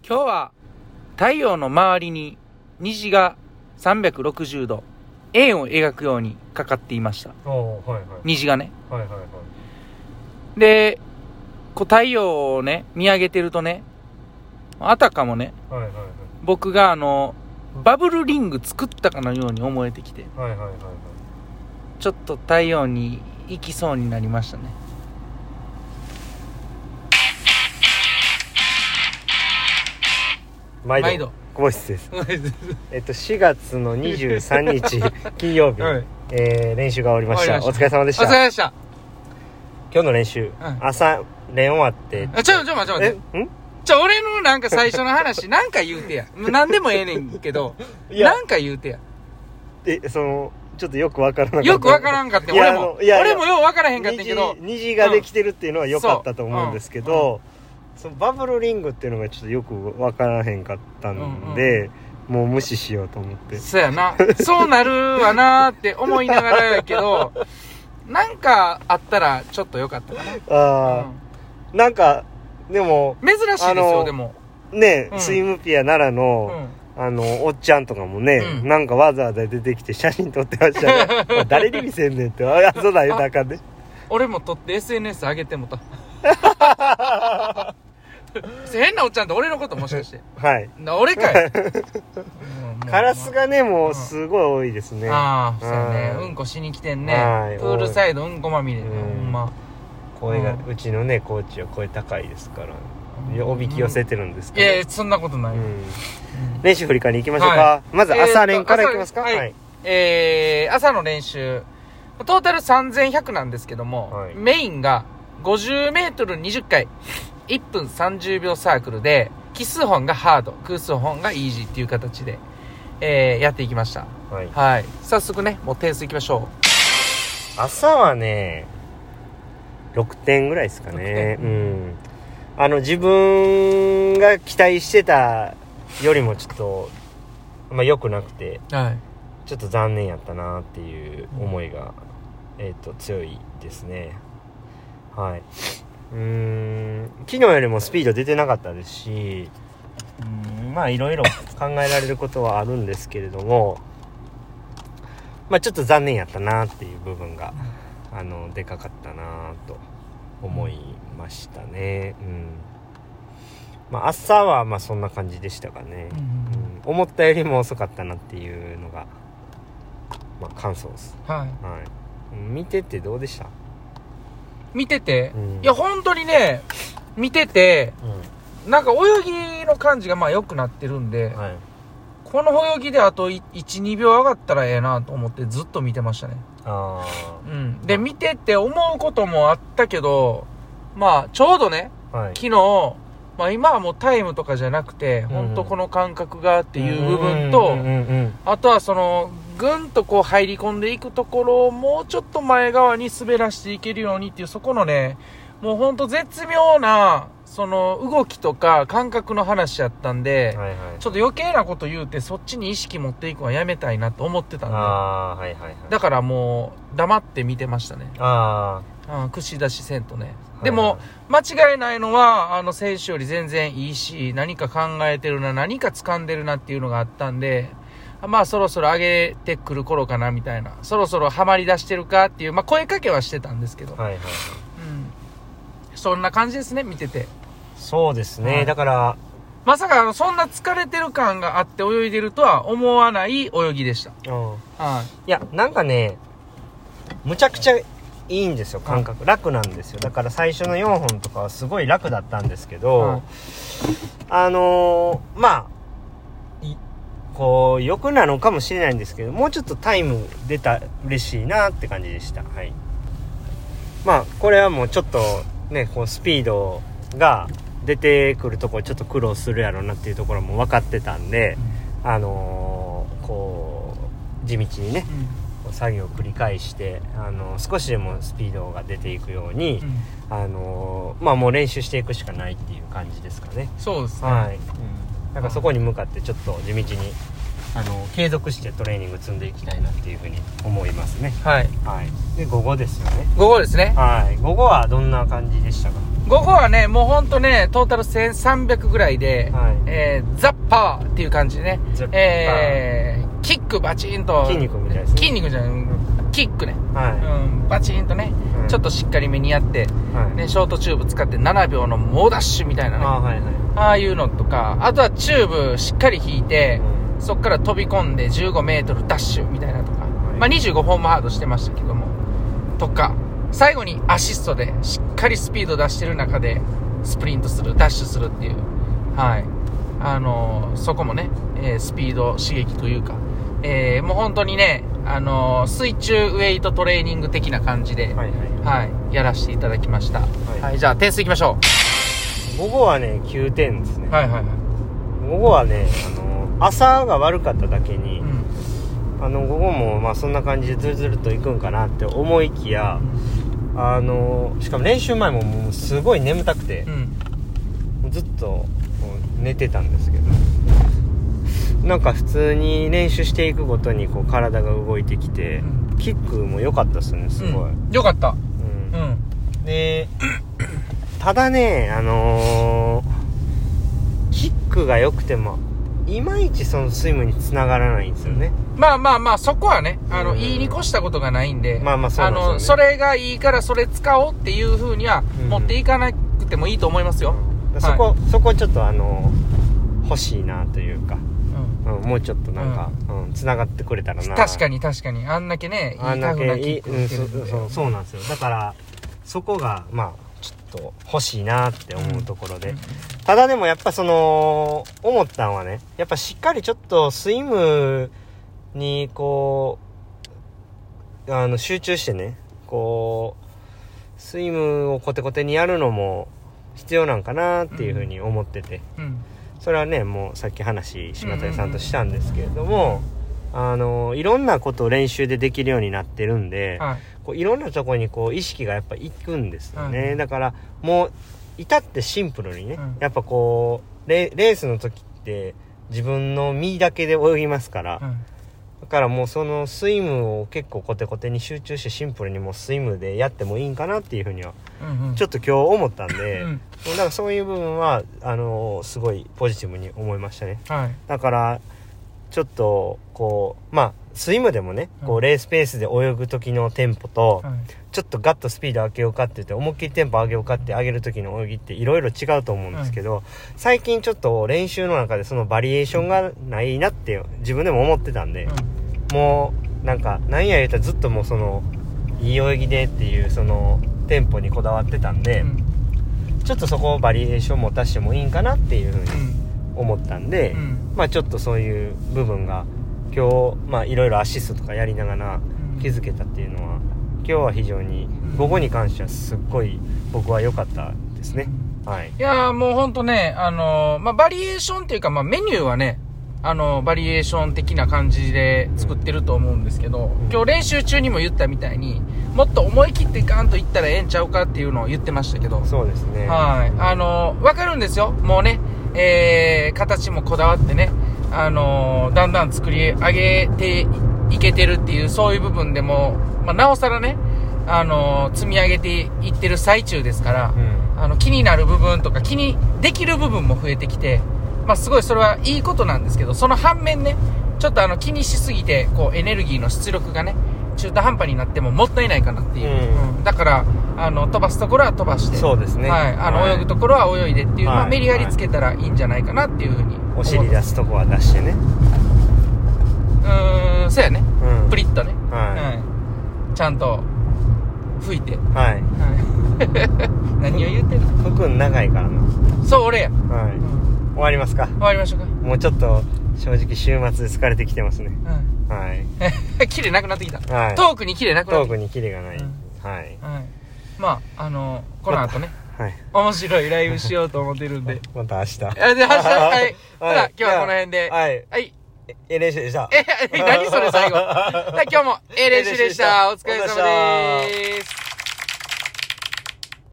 今日は太陽の周りに虹が360度円を描くようにかかっていました。 はいはい、 虹がね、 はいはいはい、 でこう太陽をね見上げてるとね、あたかもね、 はいはいはい、 僕がバブルリング作ったかのように思えてきて、 はいはいはいはい、 ちょっと太陽に行きそうになりましたね。 毎度ボイスです4月の23日金曜日、はい、練習が終わりました。お疲れ様でした。 お疲れ様でした。 今日の練習、朝練終わってちょ待って俺のなんか最初の話なんか言うてやなんでもええねんけどなんか言うてやちょっとよくわからなかった。 よくわからんかって俺もようわからへんかったけど虹ができてるっていうのは良かったと思うんですけど、そのバブルリングっていうのがちょっとよくわからへんかったんで、もう無視しようと思って。 そうやなそうなるわなって思いながらやけどなんかあったらちょっとよかったかな。 なんかでも珍しいですよ。でもね、スイムピア奈良の、おっちゃんとかもね、なんかわざわざ出てきて写真撮ってましたね誰に見せんねんってそうだよ、だからね。 俺も撮って SNS 上げてもた変なおっちゃんって俺のこともしかしてはい俺かいカラスがねもうすごい多いですね。 そうやね、うんこしに来てんね。プールサイドうんこまみれね、ほんま。 声がうちのねコーチは声高いですからおびき寄せてるんですけど、 いやそんなことない、 練習振り返り行きましょうか。まず朝練からいきますか。 朝の練習トータル3100なんですけども、メインが 50m20 回1分30秒サークルで、奇数本がハード、偶数本がイージーっていう形で、やっていきました。はい、早速ねもう点数いきましょう。朝はね6点ぐらいですかね。自分が期待してたよりもちょっと良くなくて、ちょっと残念やったなっていう思いが、強いですね。はい。昨日よりもスピード出てなかったですし、いろいろ考えられることはあるんですけれども、ちょっと残念やったなっていう部分がでかかったなと思いましたね。朝はそんな感じでしたかね。思ったよりも遅かったなっていうのが感想です。見ててどうでした？ 見てて、いや本当にね見てて、なんか泳ぎの感じが良くなってるんで、この泳ぎであと 1,2 秒上がったらええなと思ってずっと見てましたね。で見てて思うこともあったけど、ちょうどね、昨日今はもうタイムとかじゃなくて、本当この感覚がっていう部分と、あとはそのぐんとこう入り込んでいくところをもうちょっと前側に滑らしていけるようにっていう、そこのねもうほんと絶妙なその動きとか感覚の話やったんで、ちょっと余計なこと言うてそっちに意識持っていくのはやめたいなと思ってたんで、だからもう黙って見てましたね。串出しせんとね。でも間違いないのは選手より全然いいし、何か考えてるな、何か掴んでるなっていうのがあったんで、そろそろ上げてくる頃かなみたいな、そろそろハマり出してるかっていう、声かけはしてたんですけど、そんな感じですね見てて。そうですね、だからまさかそんな疲れてる感があって泳いでるとは思わない泳ぎでした。 いやなんかねむちゃくちゃいいんですよ、感覚、楽なんですよ。だから最初の4本とかはすごい楽だったんですけど、こう良くなのかもしれないんですけど、もうちょっとタイム出たら嬉しいなって感じでした。これはもうちょっとねこうスピードが出てくるところちょっと苦労するやろうなっていうところも分かってたんで、こう地道にね、作業を繰り返して少しでもスピードが出ていくように、もう練習していくしかないっていう感じですかね。そうですね。なんかそこに向かってちょっと地道に継続してトレーニング積んでいきたいなっていうふうに思いますね。で午後ですよね。午後ですね。午後はどんな感じでしたか？ 午後はね、もうほんとね、トータル1300ぐらいで、 はい、 ザッパーっていう感じでね、キックバチンと、 筋肉みたいですね。 筋肉じゃん、キックね、 はい、 バチンとね、ちょっとしっかりめにやって、ね、ショートチューブ使って7秒の猛ダッシュみたいなね、ああいうのとか、あとはチューブしっかり引いて、そっから飛び込んで15メートルダッシュみたいなとか、まあ25ホームハードしてましたけども、とか、最後にアシストでしっかりスピード出してる中でスプリントする、ダッシュするっていう、はい。そこもね、スピード刺激というか、もう本当にね、水中ウェイトトレーニング的な感じで、はい、やらせていただきました。はい、じゃあ点数いきましょう。午後はね、9点ですね。 はいはいはい。 午後はね、朝が悪かっただけに、午後もまあそんな感じでずるずると行くんかなって思いきや、しかも練習前ももうすごい眠たくて、ずっと寝てたんですけど、なんか普通に練習していくごとにこう体が動いてきて、キックも良かったっすね、すごい。 良かった。 で、ただね、キックが良くても、いまいちそのスイムに繋がらないんですよね。 まあまあまあ、そこはね、言いに越したことがないんで、 まあまあそうですよね。 それがいいからそれ使おうっていう風には持っていかなくてもいいと思いますよ。 そこちょっと欲しいなというか、もうちょっとなんか、繋がってくれたらな。 確かにあんだけね、いいタフなキック打ってるんで。 そうなんですよ。だからそこがまあちょっと欲しいなって思うところで、ただでもやっぱ思ったんはね、やっぱしっかりちょっとスイムにこう集中してね、こうスイムをコテコテにやるのも必要なんかなっていうふうに思ってて、それはね、もうさっき話島谷さんとしたんですけれども、いろんなことを練習でできるようになってるんで、こういろんなところにこう意識がやっぱ行くんですよね。だからもう至ってシンプルにね、やっぱこうレースの時って自分の身だけで泳ぎますから、だからもうそのスイムを結構コテコテに集中してシンプルにもうスイムでやってもいいんかなっていうふうにはちょっと今日思ったんで、だからそういう部分はすごいポジティブに思いましたね。だからちょっとこうまあスイムでもね、こうレースペースで泳ぐ時のテンポと、ちょっとガッとスピード上げようかって言って思いっきりテンポ上げようかって上げる時の泳ぎっていろいろ違うと思うんですけど、最近ちょっと練習の中でそのバリエーションがないなって自分でも思ってたんで、もうなんか何や言うたらずっともうそのいい泳ぎでっていうそのテンポにこだわってたんで、ちょっとそこをバリエーションも足してもいいんかなっていうふうに思ったんで、まあちょっとそういう部分が今日まあいろいろアシストとかやりながら気づけたっていうのは、今日は非常に午後に関してはすっごい僕は良かったですね。 いやもうほんとね、まあバリエーションっていうか、まあメニューはね、バリエーション的な感じで作ってると思うんですけど、今日練習中にも言ったみたいに、もっと思い切ってガンといったらええんちゃうかっていうのを言ってましたけど、 そうですね。 わかるんですよ。もうね、形もこだわってね、だんだん作り上げていけてるっていう、そういう部分でも、まあ、なおさらね、積み上げていってる最中ですから、気になる部分とか気にできる部分も増えてきて、まあ、すごいそれはいいことなんですけど、その反面ね、ちょっと気にしすぎて、こうエネルギーの出力がね、中途半端になってももったいないかなっていう、だから飛ばすところは飛ばして、 そうですね、 泳ぐところは泳いでっていう、まあ、メリハリつけたらいいんじゃないかなっていうふうに、 お尻出すとこは出してね、 そうやね、プリッとね、ちゃんと吹いて、何を言ってんの。 服長いからな。 そう俺や。 終わりますか。 終わりましょうか。 もうちょっと正直週末で疲れてきてますね。 キレなくなってきた。トークにキレなくなってきた。 トークにキレがない。 まあこの後ね、面白いライブしようと思ってるんで。 また明日。 はい。ほら今日はこの辺で。はい。 練習でした。 何それ最後。今日も練習でした。お疲れ様です。